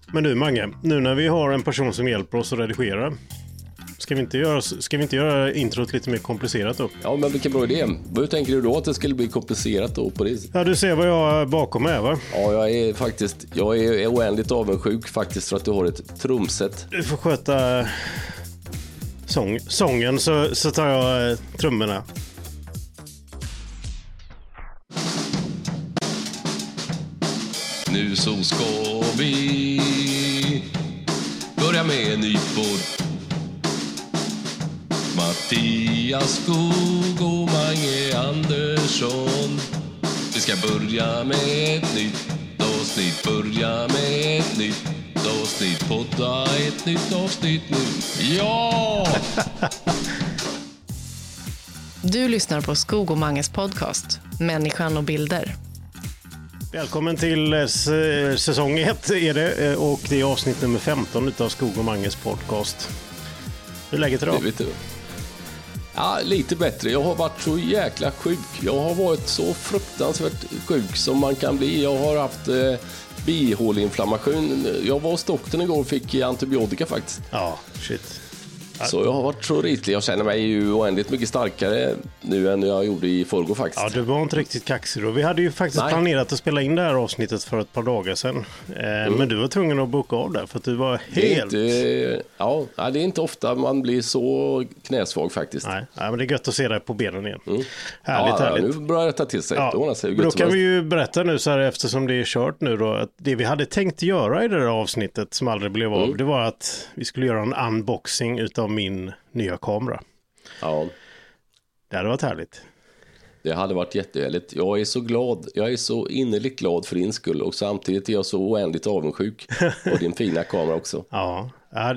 Men du Mange, nu när vi har en person som hjälper oss att redigera, ska vi inte göra introt lite mer komplicerat då? Ja, men vilken bra idé. Hur tänker du då att det skulle bli komplicerat då på det? Ja, du ser vad jag bakom är, va? Ja, jag är oändligt avundsjuk faktiskt för att du har ett trumset. Du får sköta sången så tar jag trummorna. Nu så ska vi börja med en ny podd. Mattias Skog och Mange Andersson. Vi ska börja med ett nytt avsnitt. Podda ett nytt avsnitt nu. Ja! Du lyssnar på Skog och Manges podcast, Människan och bilder. Välkommen till säsong 1 är det, och det är avsnitt nummer 15 av Skog och Manges podcast. Hur är läget idag? Ja, lite bättre. Jag har varit så jäkla sjuk. Jag har varit så fruktansvärt sjuk som man kan bli. Jag har haft bihåleinflammation. Jag var hos doktorn igår och fick antibiotika faktiskt. Ja, shit. Så jag har varit så riktigt. Jag känner mig ju oändligt mycket starkare nu än jag gjorde i förrgår faktiskt. Ja, du var inte riktigt kaxig då. Vi hade ju faktiskt planerat att spela in det här avsnittet för ett par dagar sedan. Men du var tvungen att boka av det för att du var helt... det är inte ofta man blir så knäsvag faktiskt. Nej, men det är gött att se dig på benen igen. Härligt. Nu börjar det ta till sig. Ja, då kan vi ju berätta nu så här, eftersom det är kört nu då, att det vi hade tänkt göra i det där avsnittet som aldrig blev av, det var att vi skulle göra en unboxing utav min nya kamera. Ja. Det hade varit härligt. Det hade varit jättehärligt. Jag är så glad. Jag är så innerligt glad för din skull. Och samtidigt är jag så oändligt avundsjuk på din fina kamera också. Ja,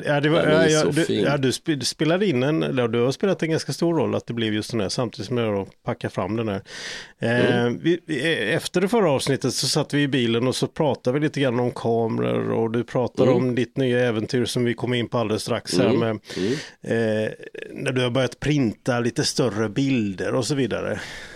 du spelade in du har spelat en ganska stor roll att det blev just den här samtidigt som jag packade fram den här. Efter det förra avsnittet så satt vi i bilen och så pratade vi lite grann om kameror och du pratade om ditt nya äventyr som vi kommer in på alldeles strax här med när du har börjat printa lite större bilder och så vidare.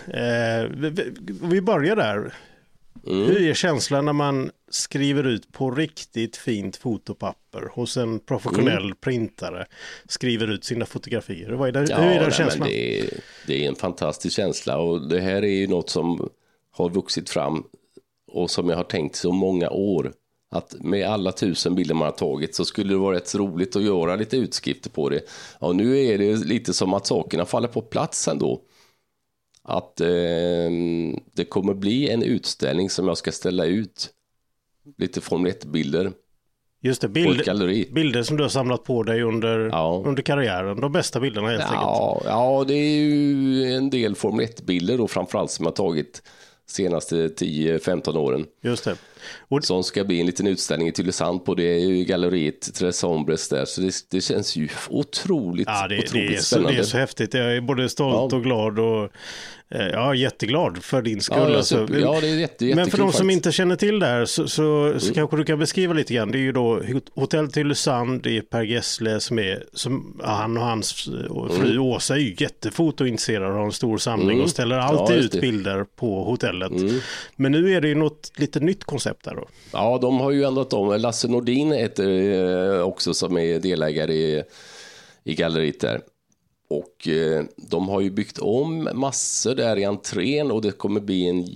Vi börjar där. Hur är känslan när man skriver ut på riktigt fint fotopapper hos en professionell printare, skriver ut sina fotografier? Hur är den känslan? Det är en fantastisk känsla och det här är ju något som har vuxit fram och som jag har tänkt så många år. Att med alla 1000 bilder man har tagit så skulle det vara rätt roligt att göra lite utskrifter på det. Och nu är det lite som att sakerna faller på plats ändå. Att det kommer bli en utställning som jag ska ställa ut lite Formel 1-bilder. Just det, bilder som du har samlat på dig under karriären. De bästa bilderna helt enkelt. Ja, det är ju en del Formel 1-bilder då, framförallt som jag har tagit senaste 10-15 åren. Just det. Som ska bli en liten utställning i Tylösand på det i galleriet Tres Hombres där. Så det känns ju otroligt spännande. Det är så häftigt. Jag är både stolt och glad och jätteglad för din skull. Det är jättekul. Men för de som inte känner till det här så kanske du kan beskriva lite grann. Det är ju då Hotell Tylösand i Per Gessle som han och hans fru Åsa är ju jättefotointresserade och har en stor samling och ställer alltid ut bilder på hotellet. Men nu är det ju något lite nytt koncept där då. Ja, de har ju ändrat om. Lasse Nordin heter också som är delägare i galleriet där. Och de har ju byggt om massor där i entrén och det kommer bli en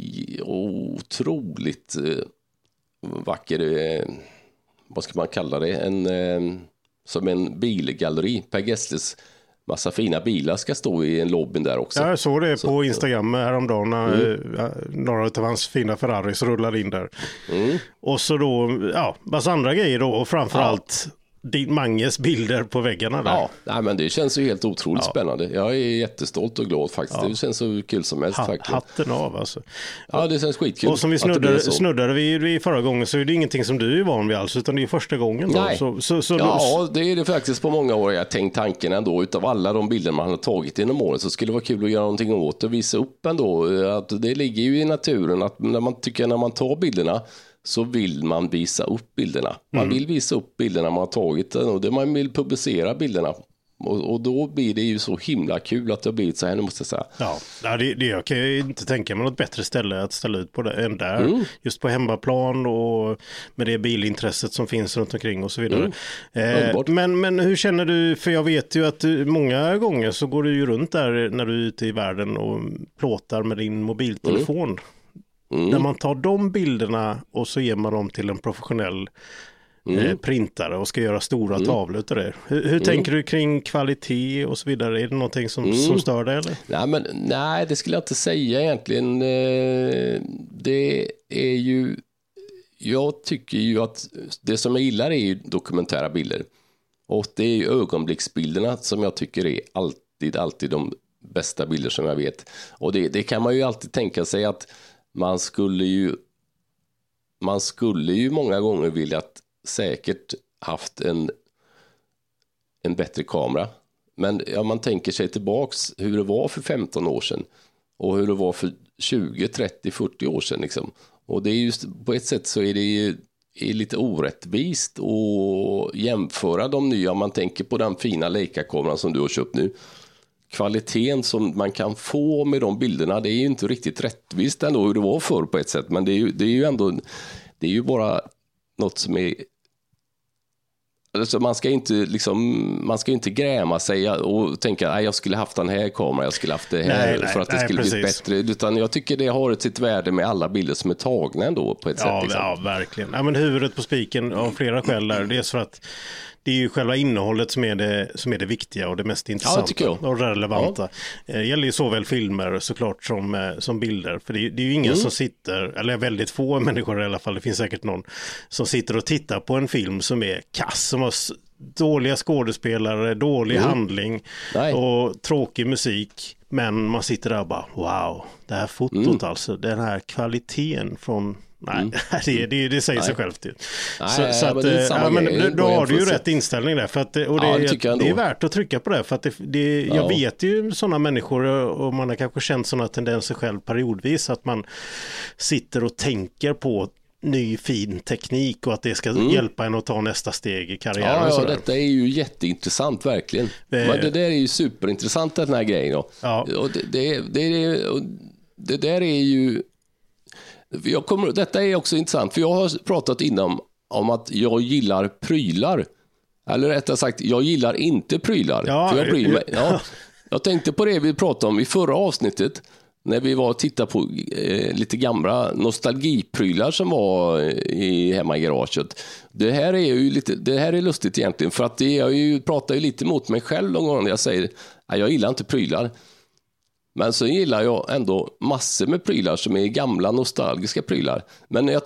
otroligt vacker, vad ska man kalla det, som en bilgalleri. Per Gessles massa fina bilar ska stå i en lobbyn där också. Ja, jag såg det på Instagram häromdagen när några av hans fina Ferraris rullade in där. Och så då, massa andra grejer då och framförallt din Manges bilder på väggarna där. Ja, men det känns ju helt otroligt spännande. Jag är jättestolt och glad faktiskt. Det känns så kul som helst faktiskt. Hatten av alltså. Ja, det känns skitkul. Och som vi snuddade vi förra gången så är det ingenting som du är van vid alls utan det är första gången. Nej. Det är det faktiskt på många år. Jag har tänkt tanken ändå utav alla de bilder man har tagit genom året så skulle det vara kul att göra någonting åt och visa upp ändå. Att det ligger ju i naturen att när man tar bilderna så vill man visa upp bilderna. Man vill visa upp bilderna man har tagit och man vill publicera bilderna. Och då blir det ju så himla kul att det har blivit så här, nu måste jag säga. Ja, jag kan ju inte tänka mig något bättre ställe att ställa ut på det än där. Just på hemmaplan och med det bilintresset som finns runt omkring och så vidare. Men hur känner du, för jag vet ju att många gånger så går du ju runt där när du är ute i världen och plåtar med din mobiltelefon. När man tar de bilderna och så ger man dem till en professionell printare och ska göra stora tavlor utav det. Hur tänker du kring kvalitet och så vidare? Är det någonting som stör dig eller? Nej, det skulle jag inte säga egentligen. Det är ju, jag tycker ju att det som jag gillar är ju dokumentära bilder. Och det är ju ögonblicksbilderna som jag tycker är alltid de bästa bilder som jag vet. Och det kan man ju alltid tänka sig att man skulle ju många gånger vilja säkert haft en bättre kamera. Men man tänker sig tillbaks hur det var för 15 år sedan och hur det var för 20, 30, 40 år sedan liksom. Och det är just på ett sätt så är det ju lite orättvist att jämföra de nya. Om man tänker på den fina Leica-kameran som du har köpt nu. Kvaliteten som man kan få med de bilderna, det är ju inte riktigt rättvist ändå hur det var förr på ett sätt. Men det är ju ändå, det är ju bara något som är, alltså man ska inte gräma sig och tänka att jag skulle haft den här kameran, jag skulle haft det här för att det skulle bli bättre, utan jag tycker det har sitt värde med alla bilder som är tagna ändå på ett sätt. Liksom. Ja, verkligen. Ja, men huvudet på spiken av flera skäl där. Dels för att det är ju själva innehållet som är det viktiga och det mest intressanta och relevanta. Det gäller ju såväl filmer såklart som bilder. För det är ju ingen som sitter, eller väldigt få människor i alla fall, det finns säkert någon som sitter och tittar på en film som är kass, som har dåliga skådespelare, dålig handling och tråkig musik. Men man sitter där och bara, wow, det här fotot alltså, den här kvaliteten från... Nej, det säger sig självt. Då har du ju rätt inställning där. För att, och det är värt att trycka på det. För att jag vet ju sådana människor, och man har kanske känt sådana tendenser själv periodvis, att man sitter och tänker på ny fin teknik och att det ska hjälpa en att ta nästa steg i karriären. Ja, detta är ju jätteintressant verkligen. Men det där är ju superintressant, den här grejen. Och det där är ju... Detta är också intressant, för jag har pratat innan om att jag gillar prylar. Eller rättare sagt, jag gillar inte prylar. För jag bryr mig. Jag tänkte på det vi pratade om i förra avsnittet, när vi var och tittade på lite gamla nostalgiprylar som var hemma i garaget. Det här är lustigt egentligen, för att jag pratar ju lite mot mig själv någon gång när jag säger att jag gillar inte prylar. Men så gillar jag ändå massor med prylar som är gamla nostalgiska prylar. Men när jag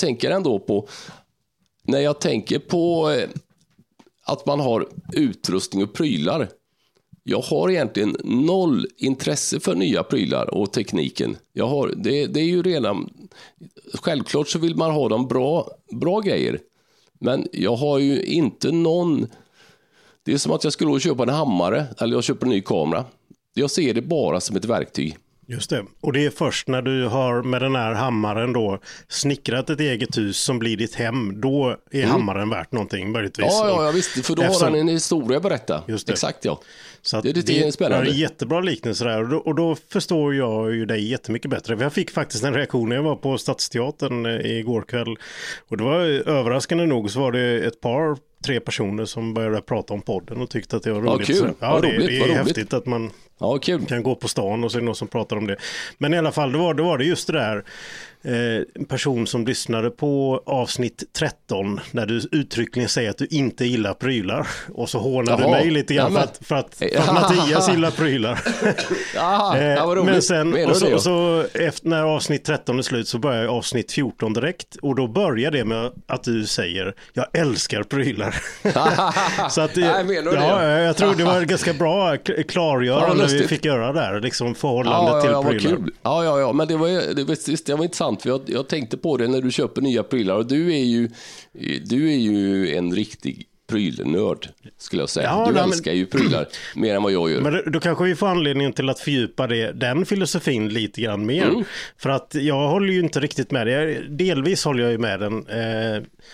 tänker på att man har utrustning och prylar, jag har egentligen noll intresse för nya prylar och tekniken. Det är ju redan, självklart så vill man ha de bra grejer. Men jag har ju inte någon, det är som att jag skulle köpa en hammare eller jag köper en ny kamera. Jag ser det bara som ett verktyg. Just det. Och det är först när du har med den här hammaren då snickrat ett eget hus som blir ditt hem, då är hammaren värt någonting möjligtvis. Ja, visst. För då har han en historia att berätta. Just det. Exakt, ja. Så det är spännande. Det är jättebra liknelse där. Och då förstår jag ju dig jättemycket bättre. För jag fick faktiskt en reaktion när jag var på Stadsteatern igår kväll. Och det var överraskande nog, så var det 3 personer som började prata om podden och tyckte att det var roligt. Kul. Det är häftigt att man kan gå på stan och så är det någon som pratar om det. Men i alla fall, då var det just det där, en person som lyssnade på avsnitt 13 när du uttryckligen säger att du inte gillar prylar, och så hånade mig lite grann för att Mattias gillar prylar. Men sen och så efter, när avsnitt 13 är slut, så börjar avsnitt 14 direkt, och då börjar det med att du säger jag älskar prylar. Så att jag tror det var ganska bra klargörande vi fick göra där, liksom förhållande till prylar. Ja, men det var intressant, för jag tänkte på det när du köper nya prylar, och du är ju en riktig prylnörd, skulle jag säga. Du älskar ju prylar mer än vad jag gör. Men då kanske vi får anledning till att fördjupa den filosofin lite grann mer. För att jag håller ju inte riktigt med det. Delvis håller jag ju med den.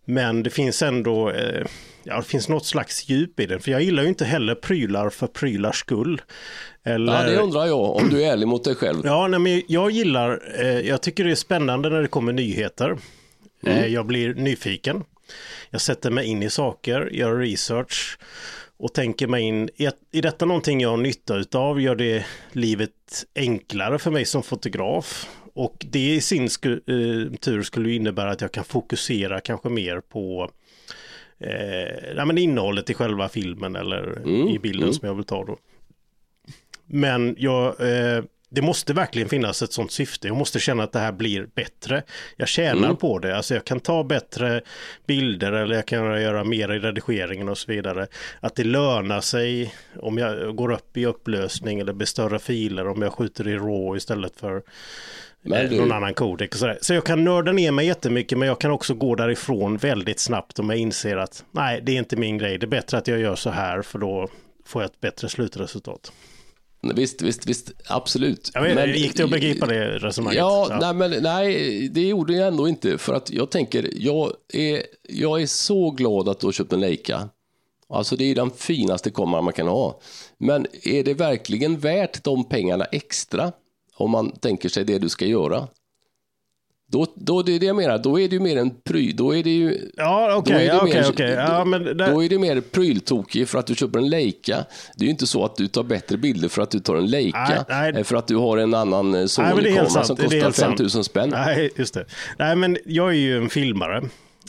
Men det finns ändå, det finns något slags djup i den. För jag gillar ju inte heller prylar för prylars skull. Eller... Ja, det undrar jag, om du är ärlig mot dig själv. Ja, nej, men jag tycker det är spännande när det kommer nyheter. Jag blir nyfiken. Jag sätter mig in i saker, gör research och tänker mig in, är detta någonting jag har nytta utav? Gör det livet enklare för mig som fotograf? Och det i sin tur skulle innebära att jag kan fokusera kanske mer på innehållet i själva filmen eller i bilden som jag vill ta då. Men det måste verkligen finnas ett sånt syfte. Jag måste känna att det här blir bättre. Jag tjänar på det. Alltså jag kan ta bättre bilder eller jag kan göra mer i redigeringen och så vidare. Att det lönar sig om jag går upp i upplösning eller blir större filer, om jag skjuter i RAW istället för någon annan kodek. Och så jag kan nörda ner mig jättemycket, men jag kan också gå därifrån väldigt snabbt om jag inser att nej, det är inte min grej. Det är bättre att jag gör så här, för då får jag ett bättre slutresultat. Visst, absolut. Men gick det att begripa det resonemanget? Ja. Nej, det gjorde jag ändå inte. För att jag tänker, jag är så glad att du har köpt en Leica. Alltså det är den finaste kameran man kan ha. Men är det verkligen värt de pengarna extra? Om man tänker sig det du ska göra. Då det är det jag menar, då är det ju mer en pryl, då är det ju okej. Ja, men då är det mer pryltokig för att du köper en Leica. Det är ju inte så att du tar bättre bilder för att du tar en Leica, för att du har en annan Sony-kamera som kostar 5 000 spänn. Nej, just det. Nej, men jag är ju en filmare.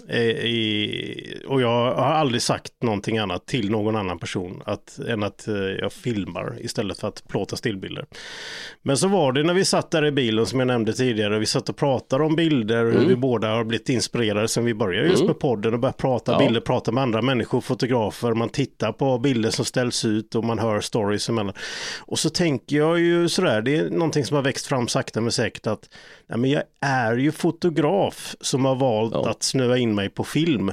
Och jag har aldrig sagt någonting annat till någon annan person än att jag filmar istället för att plåta stillbilder. Men så var det när vi satt där i bilen som jag nämnde tidigare, och vi satt och pratade om bilder, hur vi båda har blivit inspirerade sen vi började just med podden och började prata bilder, prata med andra människor, fotografer, man tittar på bilder som ställs ut och man hör stories emellan. Och så tänker jag ju sådär, det är någonting som har växt fram sakta men säkert, att men jag är ju fotograf som har valt att snöa in mig på film.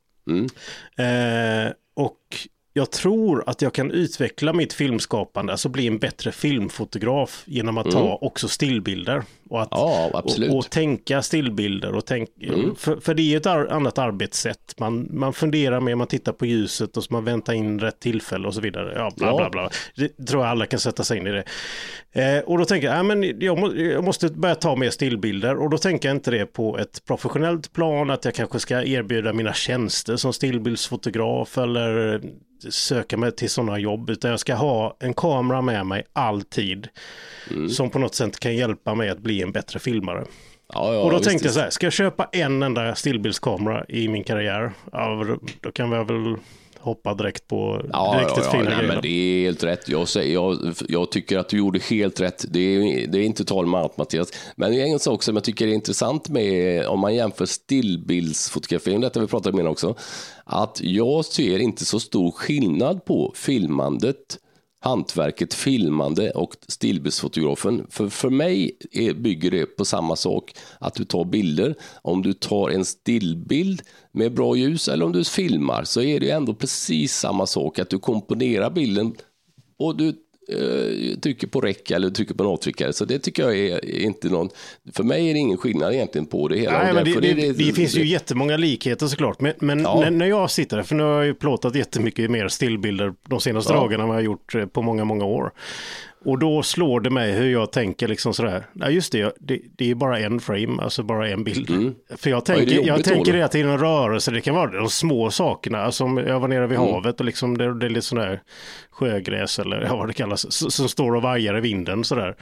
Och jag tror att jag kan utveckla mitt filmskapande, alltså bli en bättre filmfotograf genom att ta också stillbilder och att och tänka stillbilder och för det är ett annat arbetssätt. Man funderar med, man tittar på ljuset och så man väntar in rätt tillfälle och så vidare. Bla bla. Det tror jag alla kan sätta sig in i det. Och då tänker jag, men jag måste börja ta mer stillbilder, och då tänker jag inte det på ett professionellt plan, att jag kanske ska erbjuda mina tjänster som stillbildsfotograf eller söka mig till sådana jobb, utan jag ska ha en kamera med mig alltid som på något sätt kan hjälpa mig att bli en bättre filmare. Och då tänkte jag så här, ska jag köpa en enda stillbildskamera i min karriär? Då kan vi väl hoppa direkt på riktigt fina grejer. Men det är helt rätt. Jag tycker att du gjorde helt rätt. Det är inte tal om allt, Mattias. Men det är en sak som jag tycker är intressant med, om man jämför stillbildsfotografi, detta vi pratade med också, att jag ser inte så stor skillnad på filmandet, hantverket filmande och stillbildsfotografen. För mig bygger det på samma sak, att du tar bilder. Om du tar en stillbild med bra ljus eller om du filmar, så är det ändå precis samma sak, att du komponerar bilden och du trycker på räck eller trycker på en avtryckare. Så det tycker jag är inte någon, för mig är det ingen skillnad egentligen på det hela. Nej, men det finns ju jättemånga likheter såklart, men när jag sitter där, för nu har jag ju plåtat jättemycket mer stillbilder de senaste dagarna än vad jag har gjort på många, många år. Och då slår det mig hur jag tänker liksom sådär. Ja, just det är bara en frame, alltså bara en bild. För jag tänker det till en rörelse, det kan vara de små sakerna. Alltså om jag var nere vid havet och liksom det är lite sån där sjögräs eller vad det kallas, som står och vajar i vinden sådär.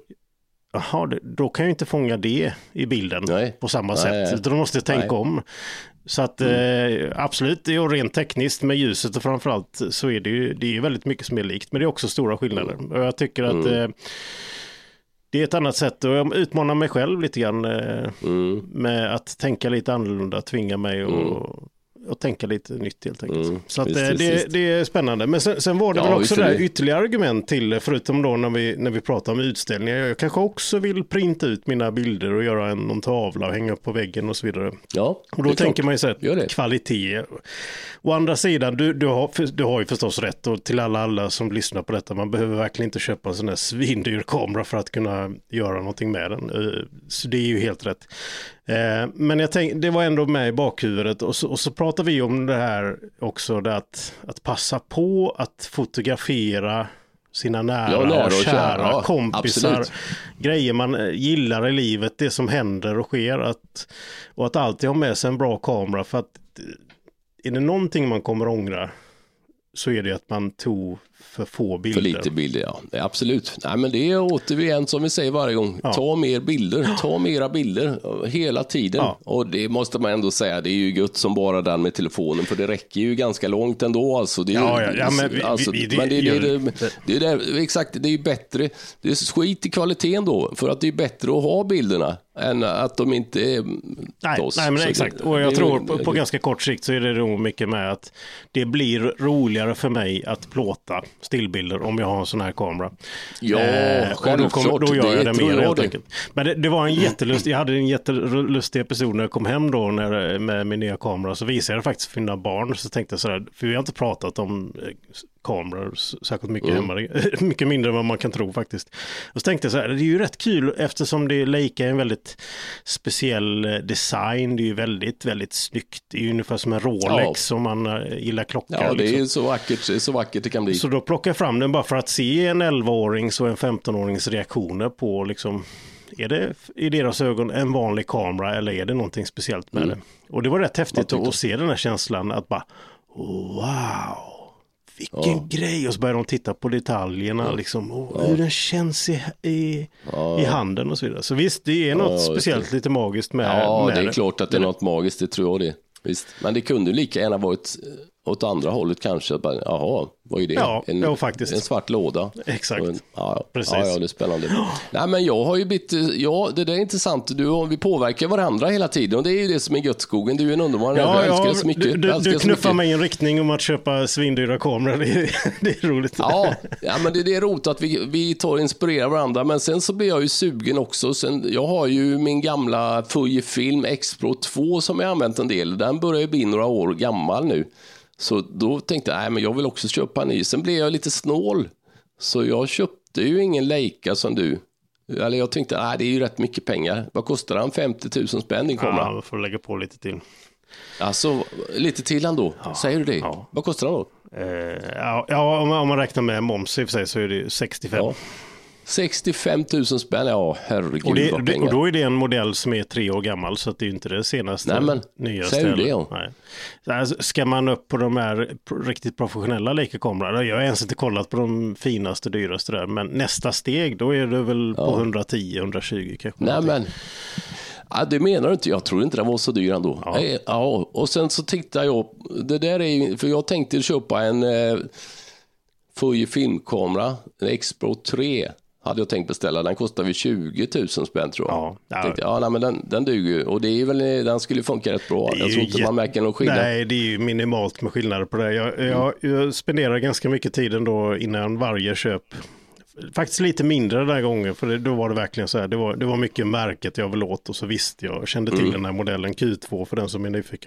Jaha, då kan jag inte fånga det i bilden på samma sätt. Då måste jag tänka om. Så att absolut, det är rent tekniskt med ljuset och framförallt så är det är väldigt mycket som är likt, men det är också stora skillnader. Och jag tycker att det är ett annat sätt, och jag utmanar mig själv lite grann med att tänka lite annorlunda, tvinga mig och tänka lite nytt helt enkelt. Så att det är spännande. Men sen var det väl också där ytterligare argument till, förutom då när vi pratar om utställningar. Jag kanske också vill printa ut mina bilder och göra någon tavla och hänga upp på väggen och så vidare. Ja, och då tänker man ju så här, kvalitet. Å andra sidan, du har ju förstås rätt, och till alla som lyssnar på detta, man behöver verkligen inte köpa en sån här svindyr kamera för att kunna göra någonting med den. Så det är ju helt rätt. Men jag tänkte, det var ändå med i bakhuvudet och så pratar vi om det här också, det att passa på att fotografera sina nära och kära kompisar, absolut. Grejer man gillar i livet, det som händer och sker, och att alltid ha med sig en bra kamera, för att är det någonting man kommer ångra så är det att man tog för få bilder. För lite bilder, ja. Absolut. Nej, men det är återigen som vi säger varje gång. Ja. Ta mer bilder. Ta mera bilder hela tiden. Ja. Och det måste man ändå säga. Det är ju gött som bara den med telefonen. För det räcker ju ganska långt ändå. Alltså. Det är ju bättre. Det är skit i kvaliteten då. För att det är bättre att ha bilderna än att de inte är oss. Nej, men exakt. Och jag tror på ganska kort sikt så är det nog mycket med att det blir roligare för mig att plåta stillbilder om jag har en sån här kamera. Ja, självklart. Då gör jag det mer helt enkelt. Men det var jag hade en jättelustig episod när jag kom hem då med min nya kamera, så visade jag faktiskt för mina barn, så tänkte jag sådär, för vi har inte pratat om kameror särskilt mycket hemma, mycket mindre än vad man kan tro faktiskt. Och så tänkte jag så här, det är ju rätt kul eftersom Leica är en väldigt speciell design, det är ju väldigt, väldigt snyggt. Det är ju ungefär som en Rolex om man gillar klockor. Ja, det är så vackert det kan bli. Så då plockar jag fram den bara för att se en 11-årings och en 15-årings reaktioner på liksom, är det i deras ögon en vanlig kamera eller är det någonting speciellt med det? Och det var rätt häftigt att se den här känslan att bara, wow, vilken grej, och så börjar de titta på detaljerna liksom, hur den känns i handen och så vidare. Så visst, det är något speciellt lite magiskt med det. Ja, det är klart att det är något magiskt, det tror jag det. Visst. Men det kunde lika gärna varit åt andra hållet kanske. Jaha, vad är det? Ja, faktiskt. En svart låda. Exakt. Precis. Ja, det är spännande. Nej, men jag har ju det där är intressant. Vi påverkar varandra hela tiden och det är ju det som är Götskogen. Du är en underbar. Jag älskar det så mycket. Du knuffar mig i en riktning om att köpa svindyra kameror. Det är roligt. Ja, men det är roligt att vi tar och inspirerar varandra. Men sen så blir jag ju sugen också. Jag har ju min gamla Fujifilm X-Pro 2 som jag använt en del. Den börjar ju bli några år gammal nu. Så då tänkte jag, men jag vill också köpa en ny. Sen blev jag lite snål. Så jag köpte ju ingen Leica som du. Eller jag tänkte, det är ju rätt mycket pengar. Vad kostar den? 50 000 spänn din kamera? Ja, får lägga på lite till. Alltså, lite till ändå. Säger du det? Ja. Vad kostar den då? Om man räknar med moms i och för sig så är det 65. Ja. 65 000 spänn, herregud vad pengar. Och då är det en modell som är 3 år gammal, så att det är inte det senaste nya stället. Ska man upp på de här riktigt professionella Leica-kamerorna, jag har ens inte kollat på de finaste, dyraste där, men nästa steg, då är det väl på 110-120 kanske. Nej men, det menar du inte, jag tror inte det var så dyr ändå. Ja, och sen så tittade jag, det där är ju, för jag tänkte köpa en Fujifilm-kamera, en X-Pro 3 hade jag tänkt beställa. Den kostar väl 20 000 spänn tror jag. Tänkte, men den duger ju. Och det är väl, den skulle funka rätt bra. Jag tror inte man märker någon skillnad. Nej, det är ju minimalt med skillnader på det. Jag spenderar ganska mycket tiden då innan varje köp. Faktiskt lite mindre den här gången, för då var det verkligen så här, det var mycket märket jag vill åt och så visste jag kände till den här modellen Q2 för den som är nyfiken.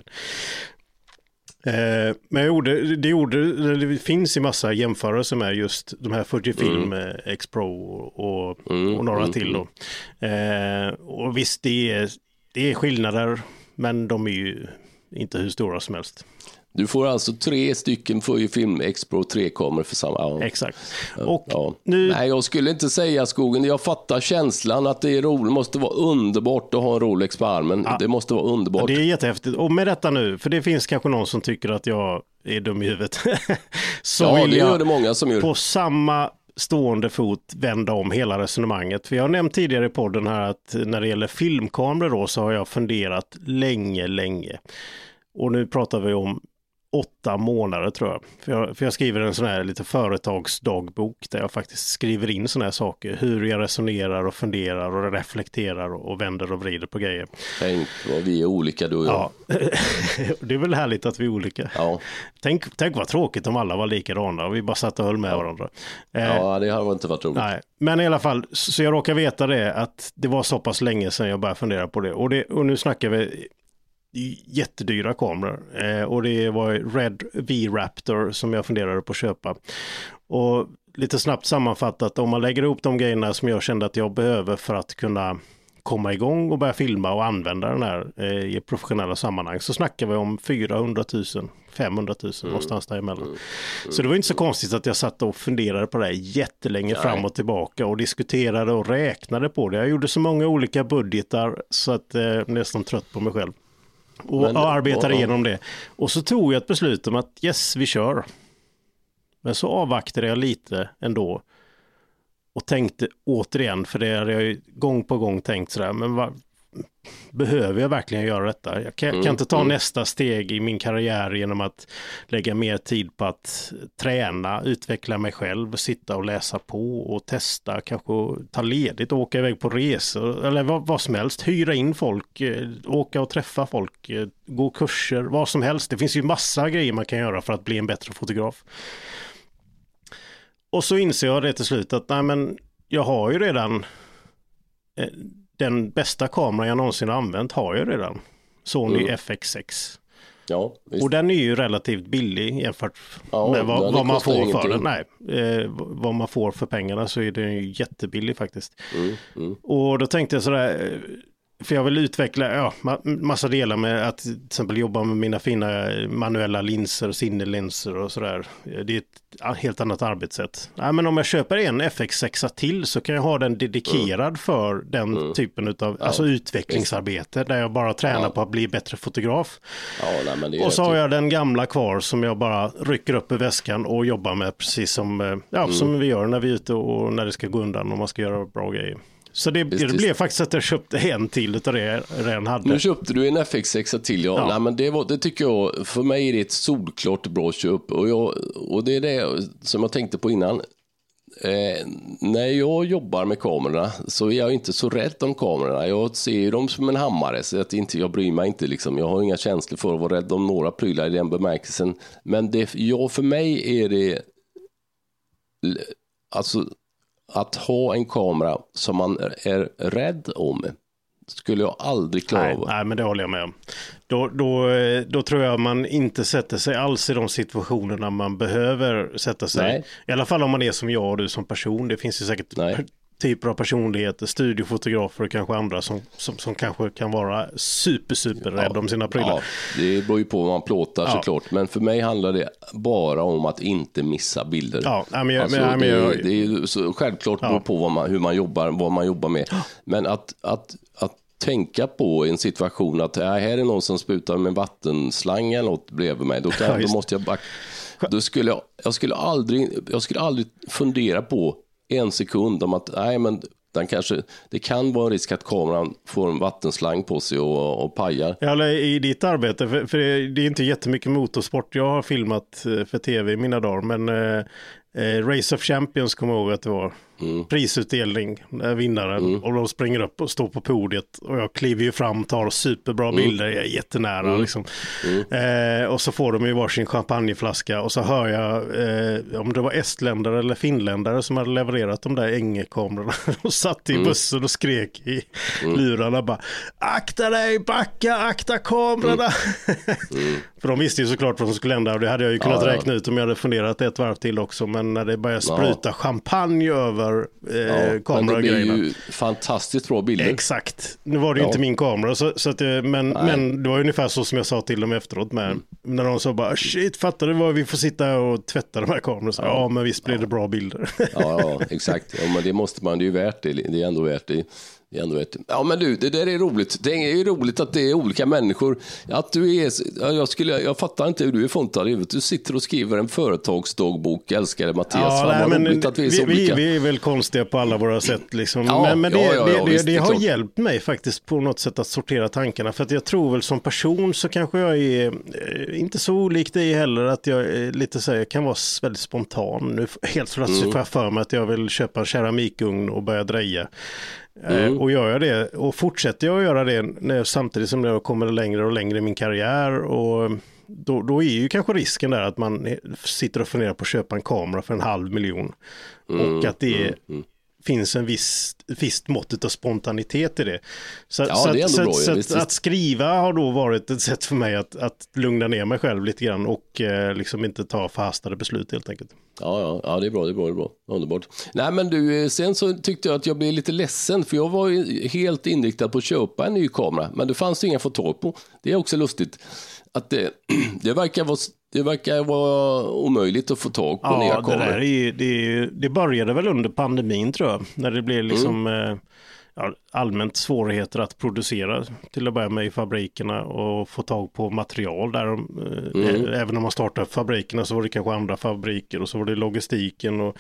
Men det finns ju massa jämförelser med just de här Fujifilm X-Pro och några till då. Och visst, det är skillnader, men de är ju inte hur stora som helst. Du får alltså 3 stycken Fujifilm X-Pro 3-kameror för samma. Exakt. Nej, jag skulle inte säga Skogen. Jag fattar känslan att det är roligt. Det måste vara underbart att ha en Rolex på armen. Ja. Det måste vara underbart. Ja, det är jättehäftigt. Och med detta nu, för det finns kanske någon som tycker att jag är dum i huvudet. Så vill jag det många som gör. På samma stående fot vända om hela resonemanget. För jag har nämnt tidigare i podden här att när det gäller filmkameror då, så har jag funderat länge. Och nu pratar vi om 8 månader tror jag. För jag skriver en sån här lite företagsdagbok där jag faktiskt skriver in såna här saker. Hur jag resonerar och funderar och reflekterar och vänder och vrider på grejer. Tänk vad vi är olika du och jag. Ja. Det är väl härligt att vi är olika. Ja. Tänk vad tråkigt om alla var likadana och vi bara satt och höll med varandra. Ja, det har inte varit roligt. Nej. Men i alla fall, så jag råkar veta det att det var så pass länge sedan jag började fundera på det. Och nu snackar vi jättedyra kameror. Och det var Red V-Raptor som jag funderade på att köpa. Och lite snabbt sammanfattat, om man lägger ihop de grejerna som jag kände att jag behöver för att kunna komma igång och börja filma och använda den här i professionella sammanhang, så snackar vi om 400 000, 500 000 någonstans däremellan. Så det var inte så konstigt att jag satt och funderade på det här jättelänge fram och tillbaka och diskuterade och räknade på det. Jag gjorde så många olika budgetar så att jag nästan trött på mig själv. Och arbetade igenom det. Och så tog jag ett beslut om att vi kör. Men så avvaktade jag lite ändå. Och tänkte återigen, för det hade jag ju gång på gång tänkt sådär, men behöver jag verkligen göra detta? Jag kan inte ta nästa steg i min karriär genom att lägga mer tid på att träna, utveckla mig själv, sitta och läsa på och testa, kanske ta ledigt, åka iväg på resor eller vad som helst, hyra in folk, åka och träffa folk, gå kurser, vad som helst. Det finns ju massa grejer man kan göra för att bli en bättre fotograf. Och så inser jag det till slut att nej, men jag har ju redan den bästa kameran jag någonsin har använt har jag redan. Sony FX6. Ja, visst. Och den är ju relativt billig jämfört med vad man får för den. Nej, vad man får för pengarna, så är den ju jättebillig faktiskt. Och då tänkte jag sådär, för jag vill utveckla massa delar med att till exempel jobba med mina fina manuella linser, sinnelinser och sådär. Det är ett helt annat arbetssätt. Nej, men om jag köper en FX6 till så kan jag ha den dedikerad för den typen av alltså utvecklingsarbete där jag bara tränar på att bli bättre fotograf. Och så har jag den gamla kvar som jag bara rycker upp i väskan och jobbar med precis som, som vi gör när vi är ute och när det ska gå undan och man ska göra bra grejer. Så det blev faktiskt att jag köpte en till utav det jag redan hade. Nu köpte du en FX6 till, Nej, men det tycker jag, för mig är det ett solklart bra köp. Och det är det som jag tänkte på innan. När jag jobbar med kamerorna så är jag inte så rädd om kamerorna. Jag ser dem som en hammare, så att jag bryr mig inte liksom. Jag har inga känslor för att vara rädd om några prylar i den bemärkelsen. Men för mig är det alltså att ha en kamera som man är rädd om skulle jag aldrig klara av. Nej, men det håller jag med om. Då tror jag man inte sätter sig alls i de situationerna man behöver sätta sig. Nej. I alla fall om man är som jag och du som person. Det finns ju säkert typer av personligheter, studiofotografer och kanske andra som kanske kan vara super rädd om sina prylar. Ja, det beror ju på vad man plåtar såklart. Men för mig handlar det bara om att inte missa bilder. Ja, men det är ju så självklart på hur man jobbar, vad man jobbar med. Men att tänka på en situation att här är någon som sprutar med vattenslang eller något bredvid mig, då måste jag backa. Jag skulle aldrig fundera på en sekund om att det kan vara en risk att kameran får en vattenslang på sig och pajar. Ja, i ditt arbete, för det är inte jättemycket motorsport jag har filmat för tv i mina dagar, men Race of Champions kommer jag ihåg att det var prisutdelning, vinnaren, och de springer upp och står på podiet och jag kliver ju fram och tar superbra bilder, jag är jättenära liksom. Och så får de ju varsin champagneflaska och så hör jag om det var estländare eller finländare som hade levererat de där Enge-kamerorna och satt i bussen och skrek i lurarna bara, akta dig, backa, akta kamerorna. För de visste ju såklart vad som skulle hända och det hade jag ju kunnat räkna ut om jag hade funderat ett varv till också, men när det började spruta champagne över kameragrejerna. Det blir ju fantastiskt bra bilder. Exakt. Nu var det ju inte min kamera så att, men det var ungefär så som jag sa till dem efteråt med, när de sa bara, shit, fattar du vad vi får sitta och tvätta de här kamerorna? Så, men visst blir det bra bilder. Ja, exakt. Ja, men det måste man, det är ju värt det. Det är ändå värt det. Ja, men du, det där är roligt. Det är ju roligt att det är olika människor. Att du är, jag fattar inte hur du är fontad. Du sitter och skriver en företagsdagbok, älskade Mattias. Att vi är så olika. Vi är väl konstiga på alla våra sätt liksom. Men det har hjälpt mig faktiskt på något sätt att sortera tankarna. För att jag tror väl som person så kanske jag är inte så olik dig heller, att jag lite så här, jag kan vara väldigt spontan. Nu helt plötsligt får jag för mig att jag vill köpa en keramikugn och börja dreja. Och gör jag det och fortsätter jag att göra det samtidigt som jag kommer längre och längre i min karriär, och då är ju kanske risken där att man sitter och funderar på att köpa en kamera för 500 000 och att det finns en visst mått av spontanitet i det. Så det är ändå bra. Så att skriva har då varit ett sätt för mig att lugna ner mig själv lite grann och liksom inte ta förhastade beslut helt enkelt. Ja, det är bra. Underbart. Nej, men du, sen så tyckte jag att jag blev lite ledsen, för jag var ju helt inriktad på att köpa en ny kamera, men det fanns inga att få tag på. Det är också lustigt att det verkar vara omöjligt att få tag på nya kameror. Det började väl under pandemin, tror jag, när det blev liksom allmänt svårigheter att producera till att börja med i fabrikerna och få tag på material där. Även om man startade fabrikerna så var det kanske andra fabriker, och så var det logistiken och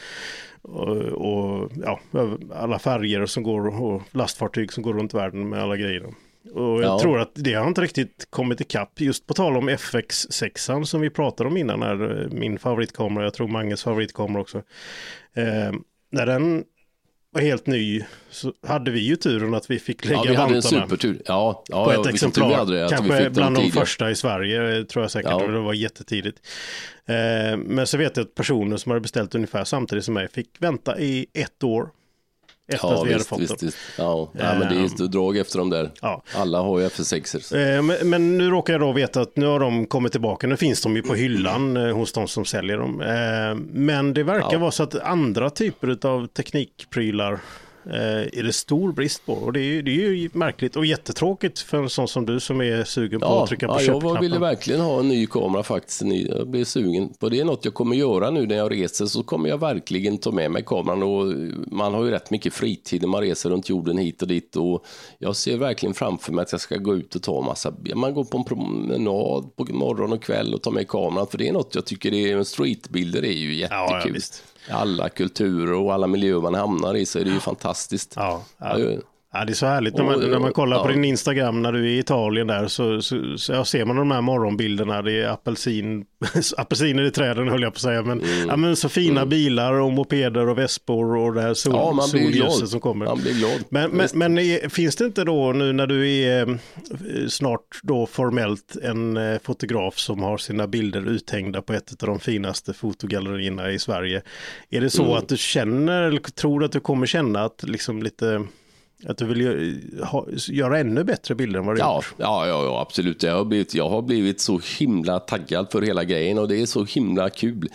alla färger som går och lastfartyg som går runt världen med alla grejer. Och jag tror att det har inte riktigt kommit ikapp. Just på tal om FX6 som vi pratade om innan, är min favoritkamera, jag tror Manges favoritkamera också. När den var helt ny så hade vi ju turen att vi fick lägga vantarna. Vi hade en supertur. På ett exemplar. Kanske bland de första i Sverige, tror jag säkert. Och det var jättetidigt. Men så vet jag att personer som hade beställt ungefär samtidigt som mig fick vänta i 1 år. Efter att vi hade fått dem. Men det är drag efter dem där. Ja. Alla har ju FX6. Men nu råkar jag då veta att nu har de kommit tillbaka. Nu finns de ju på hyllan hos de som säljer dem. Men det verkar vara så att andra typer av teknikprylar är det stor brist på. Och det är ju märkligt och jättetråkigt för en sån som du som är sugen på att trycka på köpknappen. Jag ville verkligen ha en ny kamera faktiskt. Jag blev sugen på det. Är något jag kommer göra nu när jag reser, så kommer jag verkligen ta med mig kameran. Och man har ju rätt mycket fritid när man reser runt jorden hit och dit. Och jag ser verkligen framför mig att jag ska gå ut och ta man går på en promenad på morgon och kväll och ta med kameran. För det är något jag tycker streetbilder är ju jättekul. Alla kulturer och alla miljöer man hamnar i, så är det ju fantastiskt. Ja, det är så härligt när man kollar på din Instagram när du är i Italien där, så ser man de här morgonbilderna. Det är apelsiner i träden, höll jag på att säga, men så fina bilar och mopeder och vespor och det här solljuset som kommer. Man blir glad. Men finns det inte då, nu när du är snart då formellt en fotograf som har sina bilder uthängda på ett av de finaste fotogallerierna i Sverige, är det så att du känner eller tror att du kommer känna att liksom lite... Att du vill göra ännu bättre bilder än vad du gjort? Ja, absolut. Jag har blivit så himla taggad för hela grejen, och det är så himla kul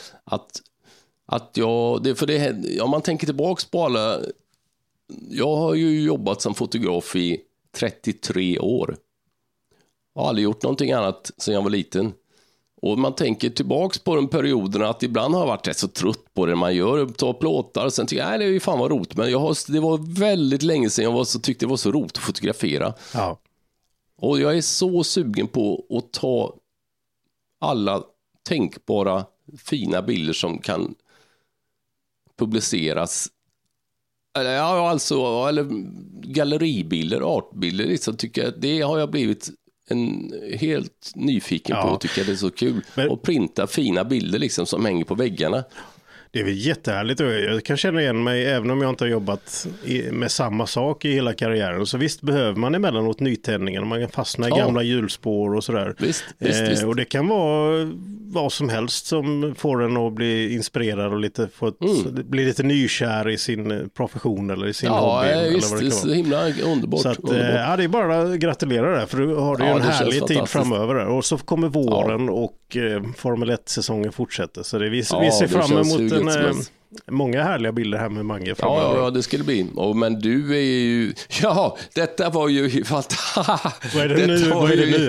om man tänker tillbaks på alla... Jag har ju jobbat som fotograf i 33 år. Jag har aldrig gjort någonting annat sedan jag var liten. Och man tänker tillbaks på den perioden att ibland har jag varit rätt så trött på det man gör, ta plåtar, och sen tycker jag det är ju fan vad rot, men det var väldigt länge sedan jag tyckte det var så rot att fotografera. Ja. Och jag är så sugen på att ta alla tänkbara fina bilder som publiceras. Eller galleribilder, artbilder, liksom, tycker jag, det har jag blivit helt nyfiken på, och tycker det är så kul att printa fina bilder liksom som hänger på väggarna. Det är väl jättehärligt, och jag kan känna igen mig även om jag inte har jobbat med samma sak i hela karriären. Så visst behöver man emellanåt nytändningar, man kan fastna i gamla hjulspår och sådär. Visst. Och det kan vara vad som helst som får en att bli inspirerad och bli lite nykär i sin profession eller i sin hobby. Visst, eller vad det är så himla underbart. Så att, det är bara att gratulera där, för du har ju en härlig tid framöver där. Och så kommer våren och Formel 1-säsongen fortsätter. Så vi ser fram emot många härliga bilder här med Mange framöver. Ja, det skulle bli. Men du är ju... Ja, detta var ju fantastiskt. Vad är det nu?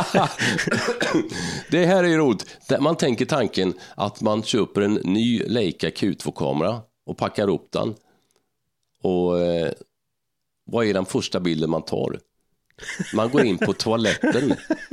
Det här är ju roligt. Man tänker tanken att man köper en ny Leica Q2-kamera och packar upp den. Och vad är den första bilden man tar? Man går in på toaletten.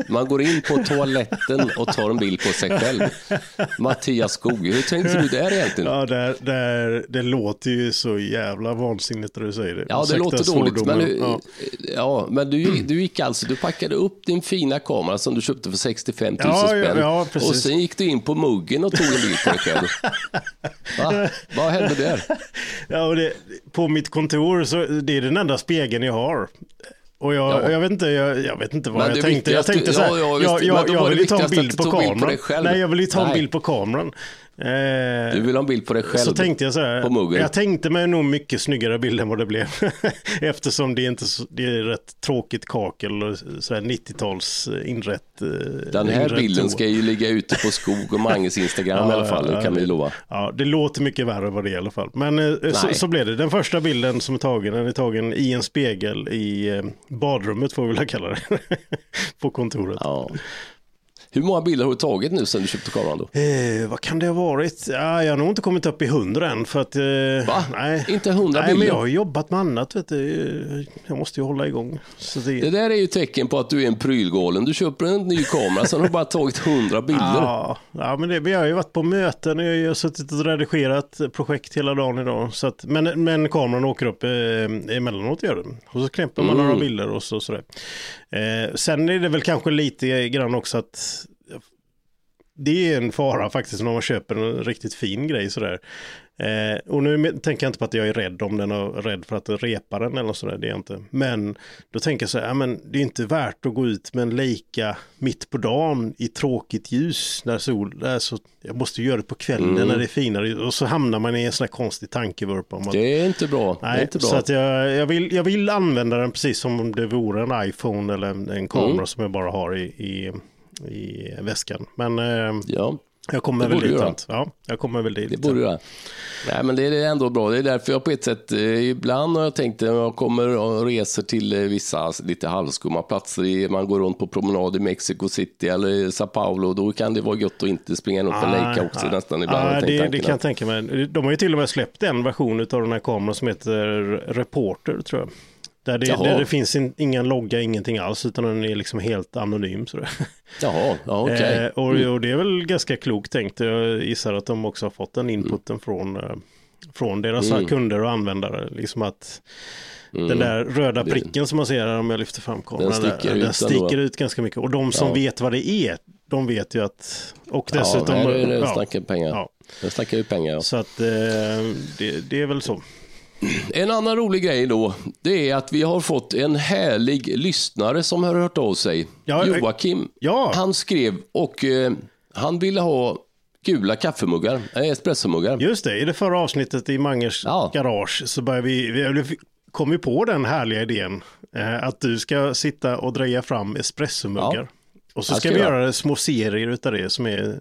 Och tar en bild på sig själv. Mattias Skog, hur tänkte du där egentligen? Ja, det låter ju så jävla vansinnigt när du säger det. Ja, det låter dåligt. Men du gick alltså, du packade upp din fina kamera som du köpte för 65 000 spänn. Ja, och sen gick du in på muggen och tog en bild på dig själv. Vad hände där? Ja, på mitt kontor så det är den enda spegeln jag har. Och jag vet inte vad jag tänkte. Jag tänkte så här, jag vill ju ta en bild på kameran. Nej, jag vill ju ta en bild på kameran. Du vill ha en bild på dig själv. Så tänkte jag så här, på muggen. jag tänkte mig nog mycket snyggare bild än vad det blev. Eftersom det är rätt tråkigt kakel och så här 90-tals inrätt. Den här bilden ska ju ligga ute på Skog och Manges Instagram i alla fall, det kan vi lova. Ja, det låter mycket värre vad det är i alla fall. Men så blev det. Den första bilden som är tagen i en spegel i badrummet, får vi väl kalla det, på kontoret. Ja. Hur många bilder har du tagit nu sedan du köpte kameran då? Vad kan det ha varit? Jag har nog inte kommit upp i 100 än. För att, Va? Nej. Inte 100 bilder? Nej, men jag har jobbat med annat. Vet du. Jag måste ju hålla igång. Så det där är ju tecken på att du är en prylgalen. Du köper en ny kamera, sen har du bara tagit 100 bilder. Ja, men vi har ju varit på möten och jag har suttit och redigerat projekt hela dagen idag. Så att, men kameran åker upp emellanåt gör den. Och så knäpper man några bilder och sådär. Sen är det väl kanske lite grann också att det är en fara faktiskt när man köper en riktigt fin grej sådär. Och nu tänker jag inte på att jag är rädd om den och rädd för att repa den eller sådär, det är jag inte. Men då tänker jag så här, men det är inte värt att gå ut med en Leica mitt på dagen i tråkigt ljus när sol är så, jag måste göra det på kvällen när det är finare, och så hamnar man i en sån här konstig tankevurpa om att, det är inte bra. Nej, det är inte bra. Så att jag vill använda den precis som om det vore en iPhone eller en kamera som jag bara har i väskan. Men jag kommer väl dit. Ja, jag kommer väl dit. Det borde du. Nej, men det är ändå bra. Det är därför jag på ett sätt ibland har jag tänkt att jag kommer och reser till vissa lite halvskumma platser. Man går runt på promenad i Mexico City eller Sao Paulo. Då kan det vara gott att inte springa runt på Leica också nästan ibland. Det kan jag tänka mig. De har ju till och med släppt en version av den här kameran som heter Reporter, tror jag. Där det finns ingen logga, ingenting alls, utan den är liksom helt anonym. Så Jaha, okej. Och det är väl ganska klokt tänkt. Jag gissar att de också har fått den inputen från deras kunder och användare. Liksom att den där röda pricken som man ser här om jag lyfter fram kameran, den sticker ut ganska mycket. Och de som vet vad det är, de vet ju att... Och dessutom... Ja, det snackar pengar. Ja. Det snackar ju pengar. Så att det är väl så. En annan rolig grej då, det är att vi har fått en härlig lyssnare som har hört av sig. Joakim, han skrev och han ville ha gula kaffemuggar, espressomuggar. Just det, i det förra avsnittet i Mangers garage så började vi kom ju på den härliga idén att du ska sitta och dreja fram espressomuggar. Ja. Och så ska vi göra små serier utav det som är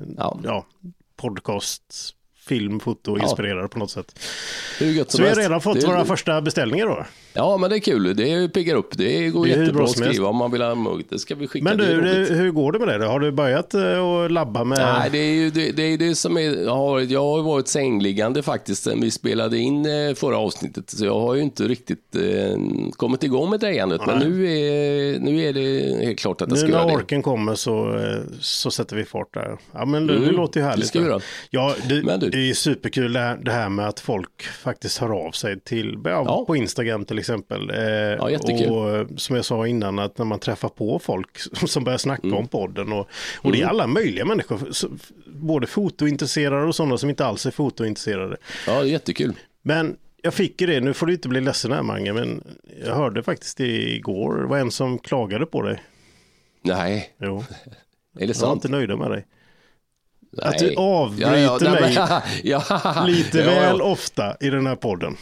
podcast, film, foto inspirerade på något sätt. Så vi har redan fått våra första beställningar då. Ja, men det är kul. Det piggar upp. Det går jättebra att skriva om man vill ha en mugg. Det ska vi skicka. Men hur går det med det då? Har du börjat att labba med? Nej, det är det som är... Jag har varit sängliggande faktiskt sen vi spelade in förra avsnittet. Så jag har ju inte riktigt kommit igång med drejandet. Men nu är det helt klart att jag ska göra det. Nu när orken kommer så sätter vi fart där. Ja, men det låter ju härligt. Det ska vi göra. Ja, det är superkul det här med att folk faktiskt hör av sig till på Instagram till exempel. Och som jag sa innan, att när man träffar på folk som börjar snacka om podden och det är alla möjliga människor, både fotointresserade och sådana som inte alls är fotointresserade. Ja, det är jättekul. Men jag fick ju det, nu får du inte bli ledsen här Mange, men jag hörde faktiskt det igår, det var en som klagade på dig. Nej. Jo. Är det sant? Jag var inte nöjd med dig. Nej. Att du avbryter mig lite väl ofta i den här podden.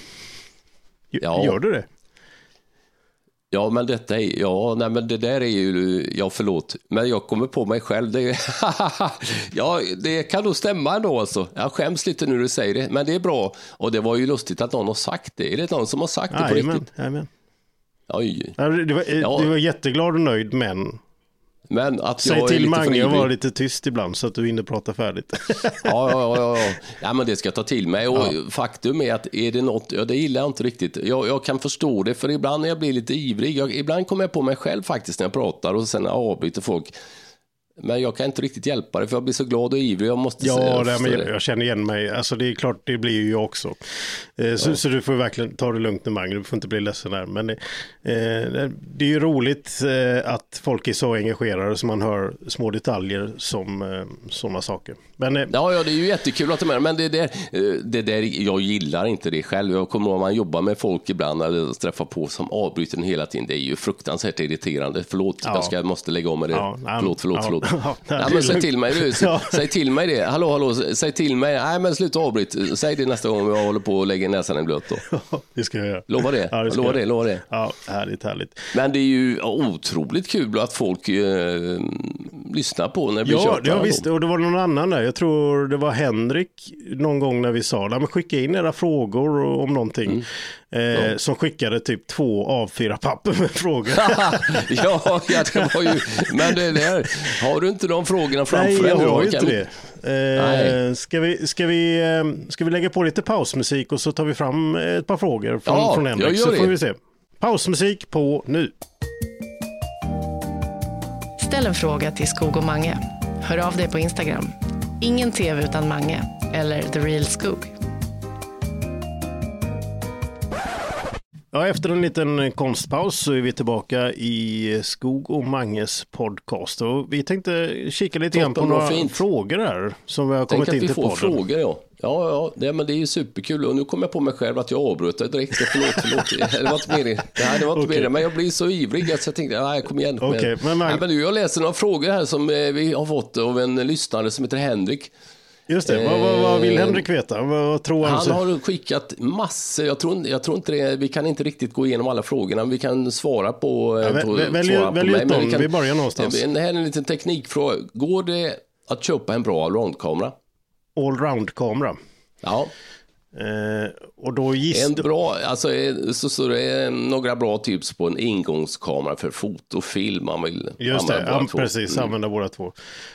Gör du det? Ja, men detta är... men det där är ju... förlåt. Men jag kommer på mig själv. Det kan nog stämma ändå alltså. Jag skäms lite nu du säger det. Men det är bra. Och det var ju lustigt att någon har sagt det. Är det någon som har sagt det på riktigt? Amen. Oj. Du var jätteglad och nöjd, men att säg jag till är lite Mange att vara lite tyst ibland så att du hinner prata färdigt. Ja, men det ska jag ta till mig. Och faktum är att är det något, det gillar jag inte riktigt. Jag kan förstå det, för ibland när jag blir lite ivrig, ibland kommer jag på mig själv faktiskt när jag pratar och sen avbryter folk. Men jag kan inte riktigt hjälpa det, för jag blir så glad och ivrig. Jag måste jag känner igen mig. Alltså det är klart, det blir ju jag också. Så du får verkligen ta det lugnt med Magnus. Du får inte bli ledsen här. Men det är ju roligt att folk är så engagerade så man hör små detaljer som sådana saker. Men, det är ju jättekul att ta med. Men det där, jag gillar inte det själv. Jag kommer ihåg att man jobbar med folk ibland eller träffar på som avbryter den hela tiden. Det är ju fruktansvärt irriterande. Förlåt, jag måste lägga om med det. Förlåt. Hallå. Ja, men säg till mig du. Säg till mig det. Hallå, säg till mig. Nej, men sluta avbryt. Säg det nästa gång jag håller på och lägger näsan i blöt då. Det ska jag göra. Lova det. Ja, Lova det. Ja, härligt. Men det är ju otroligt kul att folk lyssnar på när vi tjatar. Ja, visst. Och det var någon annan där. Jag tror det var Henrik någon gång när vi sa, men skicka in era frågor om någonting. Som skickade typ 2 A4 papper med frågor. ja, det var ju... Men det där, har du inte de frågorna framför dig? Nej, jag har ju inte det. Ska vi lägga på lite pausmusik och så tar vi fram ett par frågor från Henrik, så får vi se. Pausmusik på nu. Ställ en fråga till Skog och Mange. Hör av dig på Instagram. Ingen TV utan Mange eller The Real Skog. Ja, efter en liten konstpaus så är vi tillbaka i Skog och Manges podcast. Och vi tänkte kika lite grann på några frågor här som vi har kommit in till podden. Tänk att vi får frågor, ja. Ja, men det är ju superkul. Och nu kommer jag på mig själv att jag avbröt direkt. Förlåt. Det var inte meningen. Det var inte meningen. Men jag blir så ivrig att jag tänkte, nej, kom igen. Okay, men du, jag läser några frågor här som vi har fått av en lyssnare som heter Henrik. Just det, vad vill Henrik veta? Vad tror han har skickat massor. Jag tror inte det, vi kan inte riktigt gå igenom alla frågorna, men vi kan svara på... Välj ut dem, vi börjar någonstans. Det här är en liten teknikfråga. Går det att köpa en bra allround-kamera? Allround-kamera? Ja. Och då en bra, alltså så det är några bra tips på en ingångskamera för fotofilm man vill. Just det, precis, använda båda två.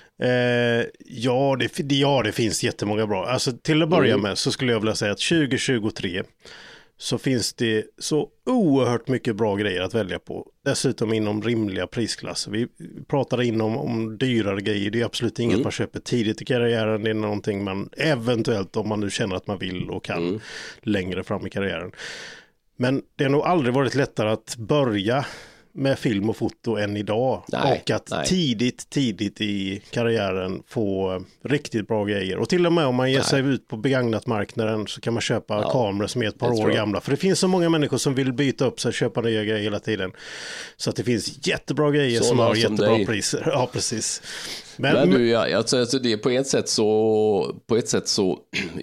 Det finns jättemånga bra. Alltså till att börja med så skulle jag vilja säga att 2023 så finns det så oerhört mycket bra grejer att välja på. Dessutom inom rimliga prisklasser. Vi pratade om dyrare grejer. Det är absolut inget man köper tidigt i karriären. Det är någonting man eventuellt, om man nu känner att man vill och kan längre fram i karriären. Men det har nog aldrig varit lättare att börja med film och foto än idag. Och att tidigt i karriären få riktigt bra grejer. Och till och med om man ger sig ut på begagnat marknaden så kan man köpa kameror som är ett par år gamla. För det finns så många människor som vill byta upp sig och köpa nya grejer hela tiden. Så att det finns jättebra grejer som har jättebra priser. Ja, precis. Men du, alltså det är på ett sätt så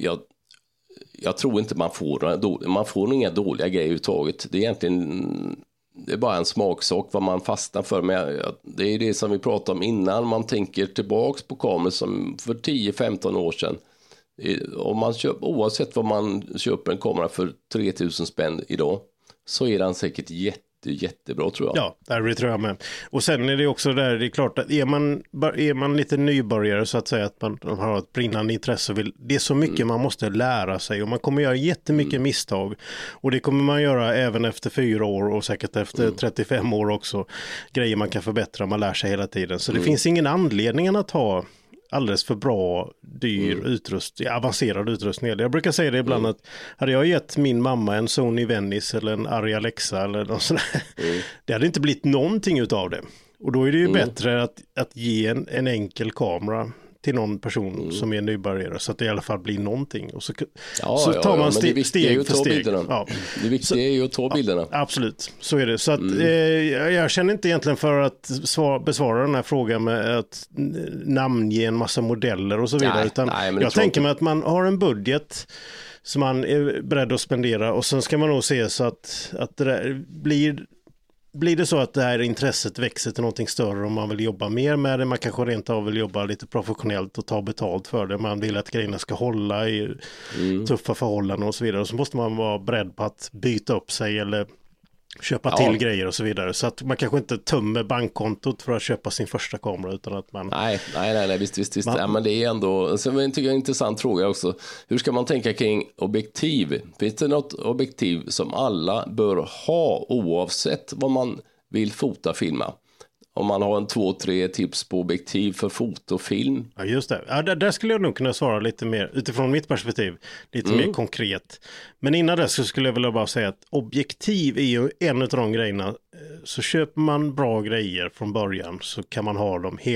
jag tror inte man får inga dåliga grejer överhuvudtaget. Det är egentligen... Det är bara en smaksak vad man fastnar för. Men det är det som vi pratade om innan. Man tänker tillbaks på kameror som för 10-15 år sedan. Om man oavsett vad man köper en kamera för 3000 spänn idag, så är den säkert jättebra, tror jag. Ja, det tror jag med. Och sen är det också där, det är klart att är man lite nybörjare så att säga, att man har ett brinnande intresse och det är så mycket man måste lära sig och man kommer göra jättemycket misstag. Och det kommer man göra även efter 4 år och säkert efter 35 år också. Grejer man kan förbättra, man lär sig hela tiden. Så det finns ingen anledning att ha alldeles för bra, dyr utrustning, avancerad utrustning. Jag brukar säga det ibland att hade jag gett min mamma en Sony Venice eller en Arri Alexa eller något sånt där, det hade inte blivit någonting utav det. Och då är det ju bättre att ge en enkel kamera till någon person som är nybörjare så att det i alla fall blir någonting. Och så tar man steg för steg. Ja. Det viktiga är ju att ta bilderna. Absolut, så är det. Så att, jag känner inte egentligen för att besvara den här frågan med att namnge en massa modeller och så vidare. Jag tänker mig att man har en budget som man är beredd att spendera och sen ska man nog se så att det där blir det så att det här intresset växer till någonting större och man vill jobba mer med det, man kanske rent av vill jobba lite professionellt och ta betalt för det, man vill att grejerna ska hålla i tuffa förhållanden och så vidare, och så måste man vara beredd på att byta upp sig eller köpa till grejer och så vidare, så att man kanske inte tömmer bankkontot för att köpa sin första kamera utan att man... Nej, visst. Men det är ändå, sen tycker jag en intressant fråga också, hur ska man tänka kring objektiv? Finns det något objektiv som alla bör ha oavsett vad man vill filma? Om man har 2-3 tips på objektiv för fotofilm. Ja, just det. Ja, där skulle jag nog kunna svara lite mer, utifrån mitt perspektiv, lite mer konkret. Men innan det så skulle jag vilja bara säga att objektiv är ju en av de grejerna. Så köper man bra grejer från början så kan man ha dem hela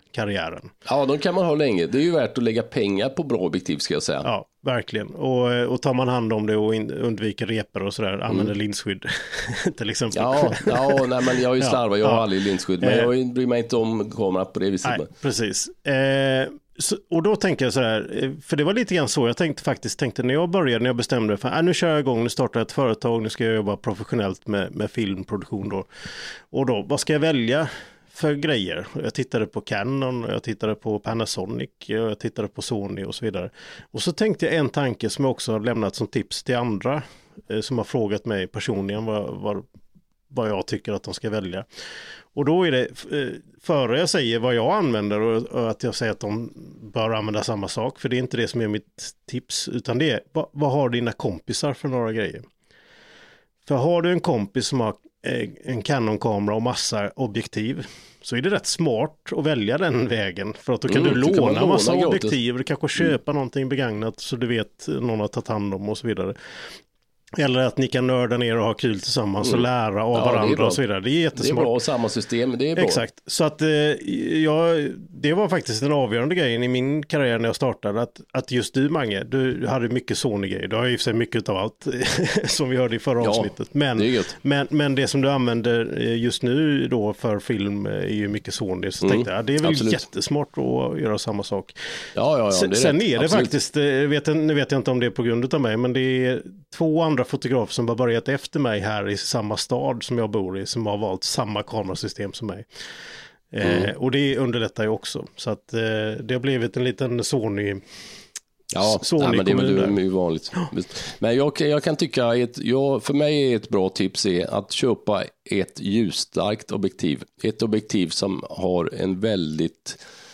karriären. Ja, de kan man ha länge. Det är ju värt att lägga pengar på bra objektiv, ska jag säga. Ja, verkligen. Och tar man hand om det och undviker repor och sådär, använder linsskydd till exempel. Nej, men jag har ju slarvat, jag har aldrig linsskydd, men jag bryr mig inte om kameran på det viset. Nej, precis. Och då tänker jag så här, för det var lite grann så jag tänkte när jag bestämde för nu kör jag igång, nu startar jag ett företag, nu ska jag jobba professionellt med filmproduktion då. Och då, vad ska jag välja för grejer? Jag tittade på Canon, jag tittade på Panasonic, jag tittade på Sony och så vidare. Och så tänkte jag en tanke som jag också har lämnat som tips till andra som har frågat mig personligen vad jag tycker att de ska välja. Och då är det, före jag säger vad jag använder och att jag säger att de bör använda samma sak, för det är inte det som är mitt tips, utan det är, vad har dina kompisar för några grejer? För har du en kompis som har en Canon-kamera och massa objektiv, så är det rätt smart att välja den vägen, för att då kan du låna massa objektiv, du kanske köpa någonting begagnat så du vet någon har tagit hand om och så vidare. Eller att ni kan nörda ner och ha kul tillsammans och lära av varandra och så vidare. Det är jättesmart. Det är bra, samma system, det är bra. Exakt, så att det var faktiskt den avgörande grejen i min karriär när jag startade, att just du, Mange, du hade mycket Sony-grejer. Du har ju för sig mycket av allt som vi hörde i förra avsnittet. Men det som du använder just nu då för film är ju mycket Sony. Så tänkte jag, det är väl jättesmart att göra samma sak. Ja, sen är det faktiskt, nu vet jag inte om det är på grund av mig, men det är 2 andra fotografer som har börjat efter mig här i samma stad som jag bor i, som har valt samma kamerasystem som mig. Och det underlättar ju också. Så att det har blivit en liten Sony. Men det är väl vanligt. Men jag kan tycka för mig är ett bra tips är att köpa ett ljusstarkt objektiv. Ett objektiv som har en väldigt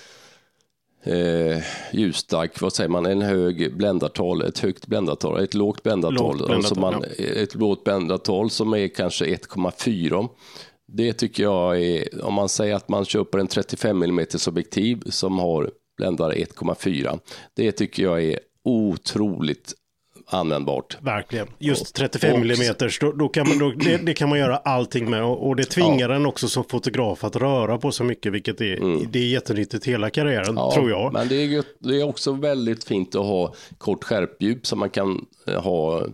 ljusstark, vad säger man, en hög bländartal, ett högt bländartal, ett lågt bländartal, ett lågt bländartal som är kanske 1,4. Det tycker jag är, om man säger att man köper en 35 mm objektiv som har bländare 1,4, det tycker jag är otroligt användbart. Verkligen. Just 35 mm, då kan man, det kan man göra allting med, och det tvingar en också som fotograf att röra på så mycket, vilket det är jättenyttigt hela karriären, tror jag. Men det är också väldigt fint att ha kort skärpdjup som man kan ha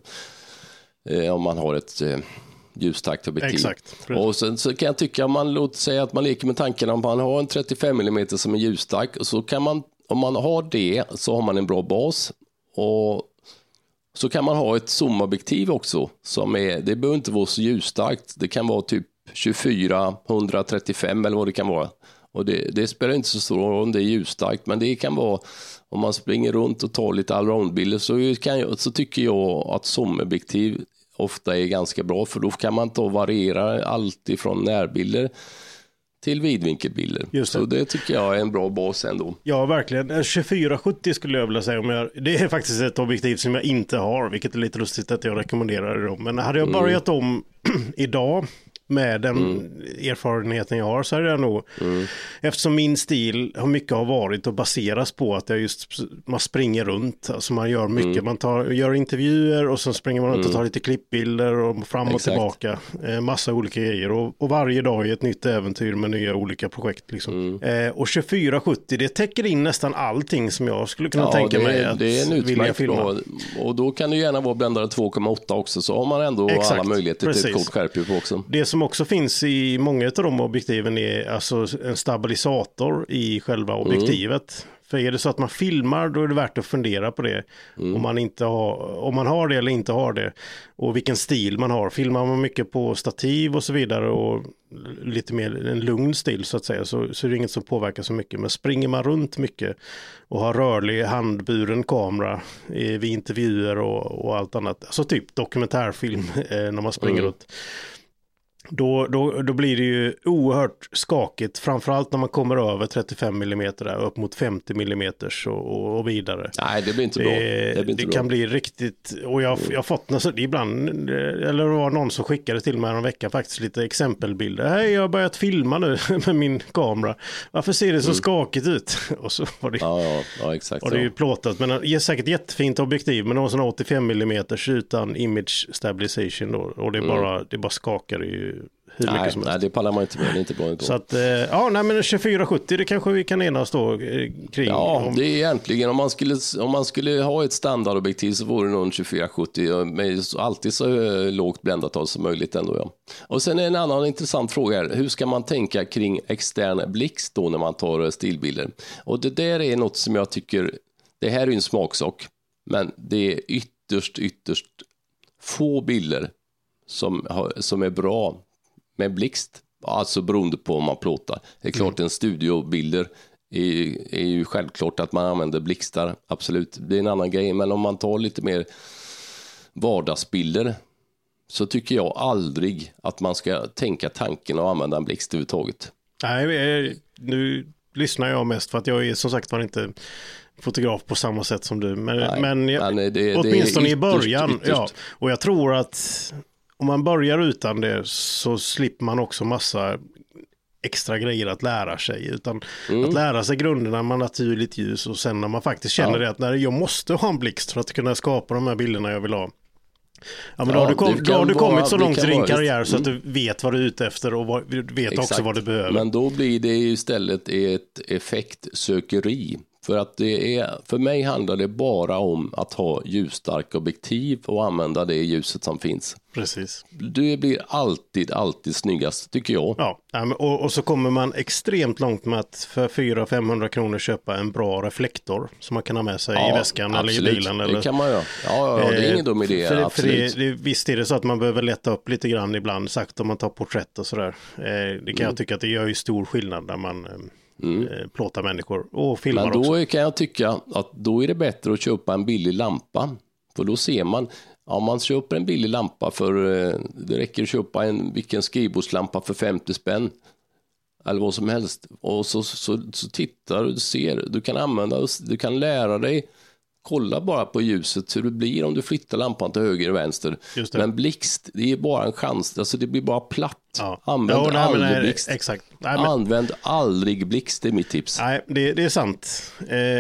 om man har ett ljusstarkt objektiv. Exakt. Och sen så kan jag tycka, låt säga att man leker med tanken om man har en 35 mm som är ljusstark, och så kan man, om man har det, så har man en bra bas, och så kan man ha ett zoomobjektiv också som det behöver inte vara så ljusstarkt. Det kan vara typ 24, 135 eller vad det kan vara. Och det spelar inte så stor roll om det är ljusstarkt, men det kan vara, om man springer runt och tar lite allroundbilder, så tycker jag att zoomobjektiv ofta är ganska bra, för då kan man ta och variera allt ifrån närbilder till vidvinkelbilder. Så det tycker jag är en bra bas ändå. Ja, verkligen. 24-70 skulle jag vilja säga. Det är faktiskt ett objektiv som jag inte har, vilket är lite lustigt att jag rekommenderar det. Men hade jag börjat om idag med den erfarenheten jag har, så är det nog, eftersom min stil har mycket varit och baseras på att man springer runt, alltså man gör mycket, man gör intervjuer och så springer man runt och tar lite klippbilder och fram och tillbaka, massa olika grejer, och varje dag är ett nytt äventyr med nya olika projekt liksom. Och 24-70, det täcker in nästan allting som jag skulle kunna tänka mig att det är en vilja filma. Och då kan det gärna vara bländare 2,8 också, så har man ändå alla möjligheter till ett kort skärpdjup också. Det som också finns i många av de objektiven är alltså en stabilisator i själva objektivet. För är det så att man filmar, då är det värt att fundera på det. Om man har det eller inte har det. Och vilken stil man har. Filmar man mycket på stativ och så vidare, och lite mer en lugn stil så att säga, så är det inget som påverkar så mycket. Men springer man runt mycket och har rörlig handburen kamera vid intervjuer och allt annat. Alltså typ dokumentärfilm när man springer runt. Då blir det ju oerhört skakigt, framförallt när man kommer över 35 mm där, upp mot 50 mm och vidare. Nej, det blir inte bra. Det kan bli riktigt, och jag har fått ibland, eller det var någon som skickade till mig en vecka faktiskt lite exempelbilder. Hej, jag har börjat filma nu med min kamera. Varför ser det så skakigt ut? Och så var det, ja, exakt. Och det är ju plåtat, men det är säkert jättefint objektiv, men någon sån 85 mm utan image stabilization då, och det bara skakar ju hur mycket som helst. Nej, det pallar man inte med, det är inte bra. Så att, ja, nej, men 2470, det kanske vi kan enas då kring. Ja, det är egentligen, om man skulle ha ett standardobjektiv så vore det nog en 2470 med alltid så lågt bländartal som möjligt ändå. Ja. Och sen är en annan intressant fråga här, hur ska man tänka kring extern blixt då när man tar stillbilder? Och det där är något som jag tycker, det här är en smaksak, men det är ytterst få bilder som är bra med blixt, alltså beroende på om man plåtar. Det är klart en studiobilder är ju självklart att man använder blixtar, absolut. Det är en annan grej, men om man tar lite mer vardagsbilder så tycker jag aldrig att man ska tänka tanken och använda en blixt överhuvudtaget. Nej, nu lyssnar jag mest för att jag är som sagt var inte fotograf på samma sätt som du. Men åtminstone i början. Ytterst. Ja, och jag tror att om man börjar utan det så slipper man också massa extra grejer att lära sig. Utan att lära sig grunderna med naturligt ljus och sen när man faktiskt känner det att när jag måste ha en blixt för att kunna skapa de här bilderna jag vill ha. Ja, men då har du kommit så långt i din karriär så att du vet vad du är ute efter och vet också vad du behöver. Men då blir det ju istället ett effektsökeri. För mig handlar det bara om att ha ljusstarka objektiv och använda det ljuset som finns. Precis. Det blir alltid snyggast, tycker jag. Ja, och så kommer man extremt långt med att för 400-500 kronor köpa en bra reflektor som man kan ha med sig i väskan eller i bilen. Eller, det kan man göra. Ja, det är ingen dum idé. För visst är det så att man behöver lätta upp lite grann ibland, sagt om man tar porträtt och sådär. Det kan jag tycka att det gör ju stor skillnad när man plåtar människor och filmar också. Men då kan jag tycka att då är det bättre att köpa en billig lampa. För då ser man, om man köper en billig lampa för, det räcker att köpa vilken skrivbordslampa för 50 spänn. Eller vad som helst. Och så tittar du ser, du kan lära dig, kolla bara på ljuset hur det blir om du flyttar lampan till höger och vänster. Men blixt, det är bara en chans, alltså det blir bara platt. Ja. Använd aldrig blixt. Exakt. Använd aldrig blixt, det är mitt tips. Nej, det är sant.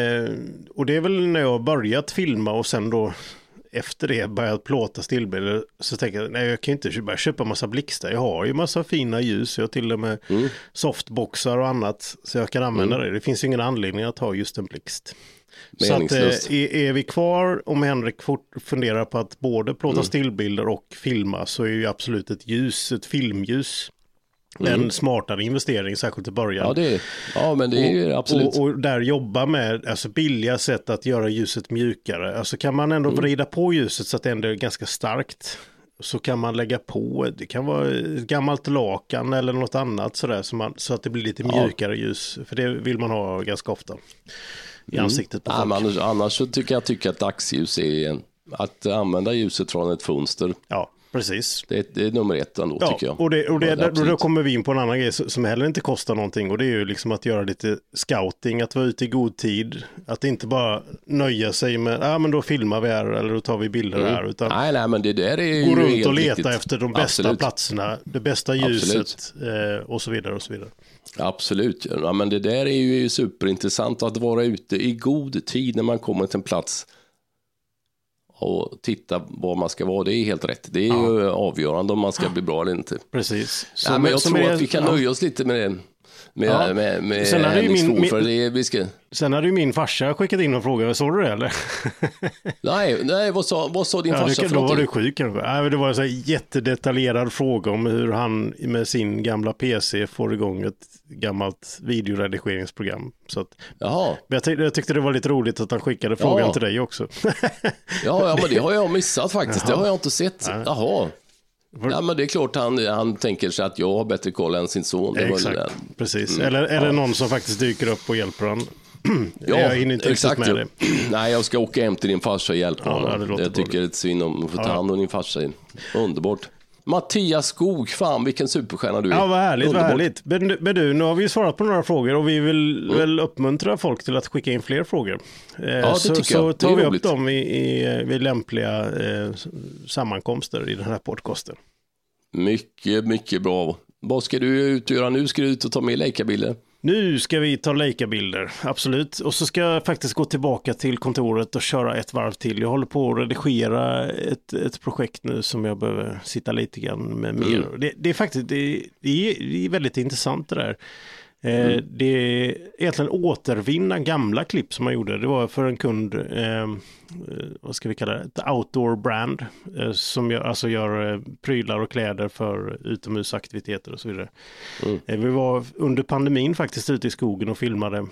Och det är väl när jag har börjat filma och sen då efter det börjat plåta stillbilder så tänker jag, nej jag kan inte börja köpa massa blixtar. Jag har ju massa fina ljus, jag har till och med softboxar och annat så jag kan använda det. Det finns ju ingen anledning att ha just en blixt. Så att, är vi kvar, om Henrik funderar på att både plåta stillbilder och filma så är ju absolut ett filmljus en smartare investering, särskilt i början. Men det är ju absolut. Och där jobba med alltså billiga sätt att göra ljuset mjukare. Alltså kan man ändå vrida på ljuset så att det ändå är ganska starkt så kan man lägga på, det kan vara ett gammalt lakan eller något annat sådär, så att det blir lite mjukare ljus. För det vill man ha ganska ofta i ansiktet på folk. Annars så tycker jag att dagsljus är att använda ljuset från ett fönster. Ja, precis. Det är nummer ett ändå, tycker jag. Och då kommer vi in på en annan grej som heller inte kostar någonting och det är ju liksom att göra lite scouting, att vara ute i god tid, att inte bara nöja sig med, men då filmar vi här eller då tar vi bilder här, utan nej, men det där är gå runt och leta efter de bästa platserna, det bästa ljuset och så vidare och så vidare. Absolut, ja, men det där är ju superintressant att vara ute i god tid när man kommer till en plats och titta var man ska vara, det är helt rätt. Det är ju avgörande om man ska bli bra eller inte. Precis. Men jag tror att vi kan nöja oss lite med det. Sen hade ju min farsa skickat in en fråga, såg du det eller? nej, vad sa din farsa? Då var du sjuk kanske. Det var en så jättedetaljerad fråga om hur han med sin gamla PC får igång ett gammalt videoredigeringsprogram. Så att, jag tyckte det var lite roligt att han skickade frågan till dig också. ja, men det har jag missat faktiskt. Det har jag inte sett. Jaha. Ja, men det är klart han tänker sig att jag har bättre koll än sin son. Exakt, precis. Eller någon som faktiskt dyker upp och hjälper han. Jag hinner inte exakt med det. Nej, jag ska åka hem till din farsa och hjälpa honom. Jag tycker det är ett svinn om att få ta hand om din farsa. Underbart. Mattias Skog, fan vilken superstjärna du är. Ja, vad härligt. Men du, nu har vi svarat på några frågor och vi vill väl uppmuntra folk till att skicka in fler frågor. Så tar vi upp dem vid lämpliga sammankomster i den här podcasten. Mycket, mycket bra. Vad ska du ut och göra nu? Ska du ut och ta med Leica-bilder? Nu ska vi ta Leica-bilder, absolut. Och så ska jag faktiskt gå tillbaka till kontoret och köra ett varv till. Jag håller på att redigera ett projekt nu som jag behöver sitta lite grann med mer. Det är faktiskt det är väldigt intressant det där. Det är egentligen återvinna gamla klipp som man gjorde. Det var för en kund, vad ska vi kalla det, ett outdoor brand som gör prylar och kläder för utomhusaktiviteter och så vidare. Vi var under pandemin faktiskt ute i skogen och filmade.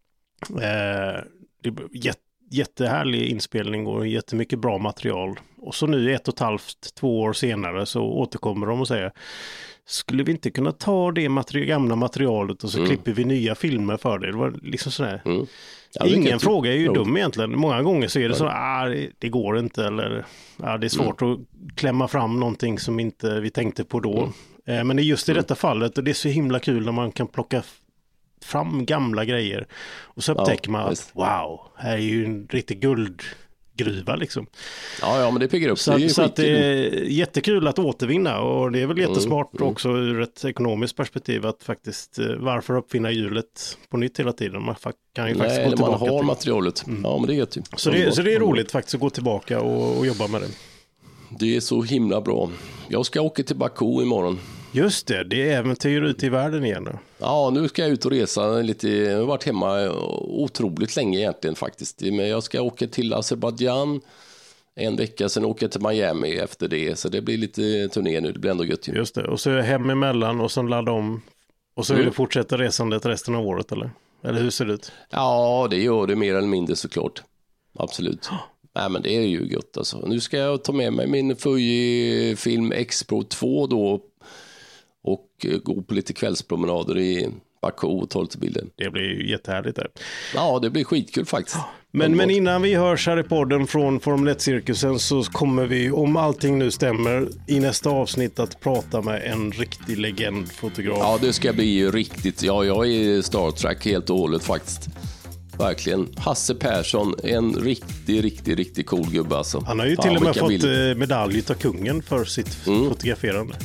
Det var jättehärlig inspelning och jättemycket bra material. Och så nu 1,5-2 år senare så återkommer de och säger: skulle vi inte kunna ta det gamla materialet och så klipper vi nya filmer för det? Det var liksom sådär. Ja, ingen fråga är ju dum egentligen. Många gånger så är det så det går inte, eller det är svårt att klämma fram någonting som inte vi tänkte på då. Men det är just i detta fallet, och det är så himla kul när man kan plocka fram gamla grejer och så upptäcker man att wow, här är ju en riktig guldgruva liksom. Ja, men det piggar upp. Så att det är jättekul att återvinna, och det är väl jättesmart också ur ett ekonomiskt perspektiv att faktiskt, varför uppfinna hjulet på nytt hela tiden? Man kan ju faktiskt gå tillbaka man har till materialet. Ja, men det är gött. Så det är roligt faktiskt att gå tillbaka och jobba med det. Det är så himla bra. Jag ska åka till Baku imorgon. Just det är äventyr ute i världen igen då. Ja, nu ska jag ut och resa lite. Jag har varit hemma otroligt länge egentligen faktiskt. Men jag ska åka till Azerbaijan en vecka, sen åka till Miami efter det. Så det blir lite turné nu, det blir ändå gött. Just det, och så hem emellan och sen ladda om. Och så vill du fortsätta resandet resten av året, eller? Eller hur ser det ut? Ja, det gör det mer eller mindre såklart. Absolut. Nej, men det är ju gött alltså. Nu ska jag ta med mig min Fuji-film X-Pro 2 då och gå på lite kvällspromenader i Baku och ta lite bilder. Det blir ju jättehärligt där. Ja, det blir skitkul faktiskt. Men innan vi hörs här i podden från Formel 1-cirkusen så kommer vi, om allting nu stämmer, i nästa avsnitt att prata med en riktig legendfotograf. Ja, det ska bli riktigt. Ja, jag är Star Trek helt och hållet faktiskt. Verkligen. Hasse Persson, en riktigt cool gubbe alltså. Han har ju till och med fått medalj av kungen för sitt fotograferande.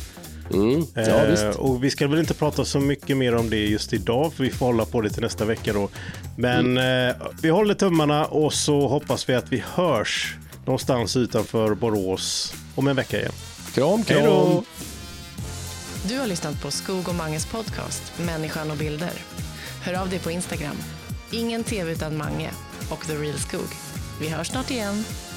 Och vi ska väl inte prata så mycket mer om det just idag, för vi får hålla på det till nästa vecka då. Men vi håller tummarna och så hoppas vi att vi hörs någonstans utanför Borås om en vecka igen. Kram. Hejdå. Du har lyssnat på Skog och Manges podcast Människan och bilder. Hör av dig på Instagram. Ingen TV utan Mange och The Real Skog. Vi hörs snart igen.